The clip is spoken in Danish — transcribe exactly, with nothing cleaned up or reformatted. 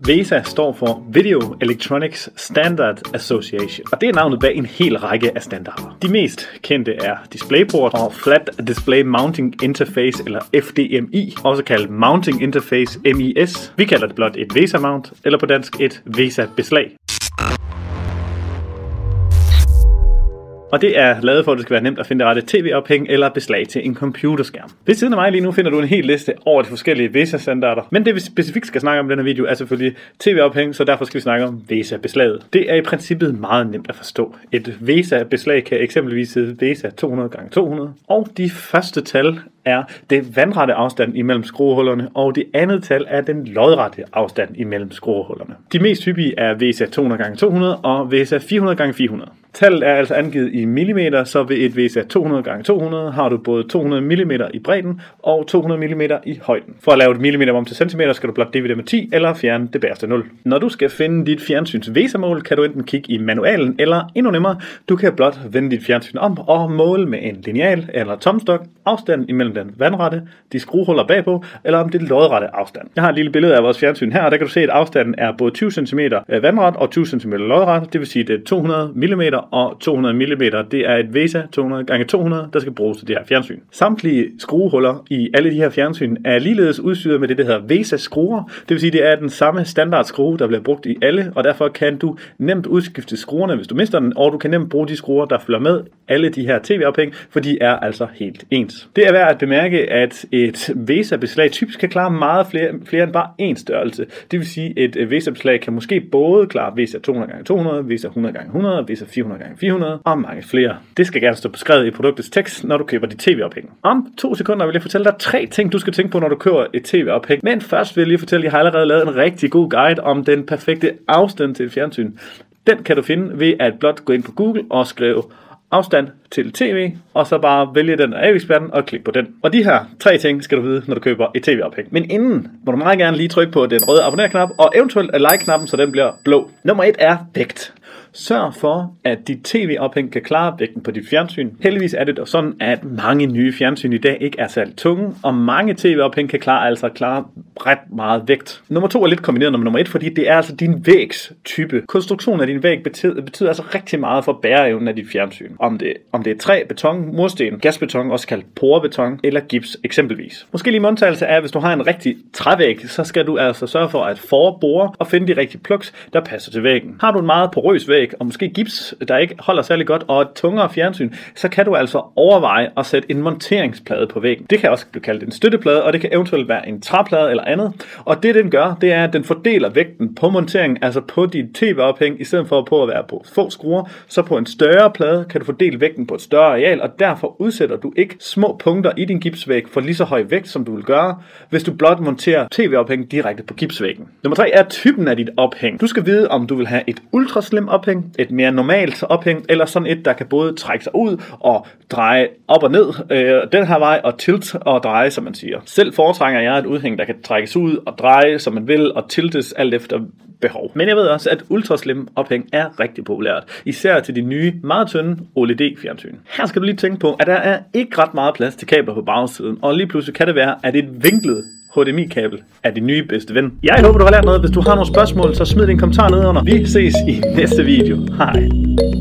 VESA står for Video Electronics Standard Association, og det er navnet bag en hel række af standarder. De mest kendte er DisplayPort og Flat Display Mounting Interface, eller F D M I, også kaldet Mounting Interface M I S. Vi kalder det blot et VESA-mount, eller på dansk et VESA-beslag. Og det er lavet for, at det skal være nemt at finde det rette tv-ophæng eller beslag til en computerskærm. Ved siden af mig lige nu finder du en hel liste over de forskellige VESA-standarder. Men det vi specifikt skal snakke om i denne video er selvfølgelig tv-ophæng, så derfor skal vi snakke om VESA-beslaget. Det er i princippet meget nemt at forstå. Et VESA-beslag kan eksempelvis hedde VESA to hundrede gange to hundrede, og de første tal er det vandrette afstand imellem skruehullerne, og det andet tal er den lodrette afstand imellem skruehullerne. De mest hyppige er VESA to hundrede gange to hundrede og VESA fire hundrede gange fire hundrede. Tallet er altså angivet i millimeter, så ved et VESA to hundrede gange to hundrede har du både to hundrede millimeter i bredden og to hundrede millimeter i højden. For at lave et millimeter om til centimeter skal du blot dividere med ti eller fjerne det bagerste nul. Når du skal finde dit fjernsyns VESA-mål, kan du enten kigge i manualen, eller endnu nemmere, du kan blot vende dit fjernsyn om og måle med en lineal eller tomstok afstanden imellem den vandrette, de skruehuller bagpå, eller om det lodrette afstand. Jeg har et lille billede af vores fjernsyn her, og der kan du se, at afstanden er både tyve centimeter vandret og tyve centimeter lodret. Det vil sige, at det er to hundrede millimeter, og to hundrede millimeter, det er et VESA to hundrede gange to hundrede, der skal bruges til det her fjernsyn. Samtlige skruehuller i alle de her fjernsyn er ligeledes udstyret med det, der hedder VESA-skruer. Det vil sige, det er den samme standardskrue, der bliver brugt i alle, og derfor kan du nemt udskifte skruerne, hvis du mister den, og du kan nemt bruge de skruer, der følger med alle de her tv-ophæng, for de er altså helt ens. Det er værd at bemærke, at et VESA-beslag typisk kan klare meget flere, flere end bare én størrelse. Det vil sige, at et VESA-beslag kan måske både klare VESA to hundrede gange to hundrede, VESA hundrede gange hundrede, VESA fire hundrede gange fire hundrede og mange flere. Det skal gerne stå beskrevet i produktets tekst, når du køber dit tv-ophæng. Om to sekunder vil jeg fortælle dig tre ting, du skal tænke på, når du køber et tv-ophæng. Men først vil jeg lige fortælle, at jeg har allerede lavet en rigtig god guide om den perfekte afstand til et fjernsyn. Den kan du finde ved at blot gå ind på Google og skrive afstand til tv, og så bare vælge den af eksperten og klikke på den. Og de her tre ting skal du vide, når du køber et tv-ophæng. Men inden må du meget gerne lige trykke på den røde abonner-knap, og eventuelt like-knappen, så den bliver blå. Nummer et er vægt. Sørg for, at dit tv-ophæng kan klare vægten på dit fjernsyn. Heldigvis er det dog sådan, at mange nye fjernsyn i dag ikke er særlig tunge, og mange tv-ophæng kan klare, altså klare ret meget vægt. Nummer to er lidt kombineret med nummer et, fordi det er altså din vægs type. Konstruktionen af din væg betyder, betyder altså rigtig meget for bæreevnen af dit fjernsyn. Om det, om det er træ, beton, mursten, gasbeton, også kaldt porebeton, eller gips eksempelvis. Måske lige en undtagelse er, at hvis du har en rigtig trævæg, så skal du altså sørge for at forbore og finde de rigtige plugs, der passer til væggen. Har du en meget porøs væg, og måske gips, der ikke holder særlig godt, og et tungere fjernsyn, så kan du altså overveje at sætte en monteringsplade på væggen. Det kan også blive kaldt en støtteplade, og det kan eventuelt være en træplade eller andet. Og det den gør, det er, at den fordeler vægten på monteringen, altså på dit tv-ophæng, i stedet for på at være på få skruer, så på en større plade kan du fordele vægten på et større areal, og derfor udsætter du ikke små punkter i din gipsvæg for lige så høj vægt, som du vil gøre, hvis du blot monterer tv-ophæng direkte på gipsvæggen. Nummer tre er typen af dit ophæng. Du skal vide, om du vil have et ultraslim ophæng, et mere normalt ophæng, eller sådan et, der kan både trække sig ud og dreje op og ned øh, den her vej, og tilt og dreje, som man siger. Selv foretrækker jeg et udhæng, der kan trækkes ud og dreje, som man vil, og tiltes alt efter behov. Men jeg ved også, at ultraslim ophæng er rigtig populært, især til de nye, meget tynde O L E D-fjernsyn. Her skal du lige tænke på, at der er ikke ret meget plads til kabler på bagsiden, og lige pludselig kan det være, at et vinklet H D M I-kabel er din nye bedste ven. Jeg håber, du har lært noget. Hvis du har nogle spørgsmål, så smid din kommentar ned under. Vi ses i næste video. Hej.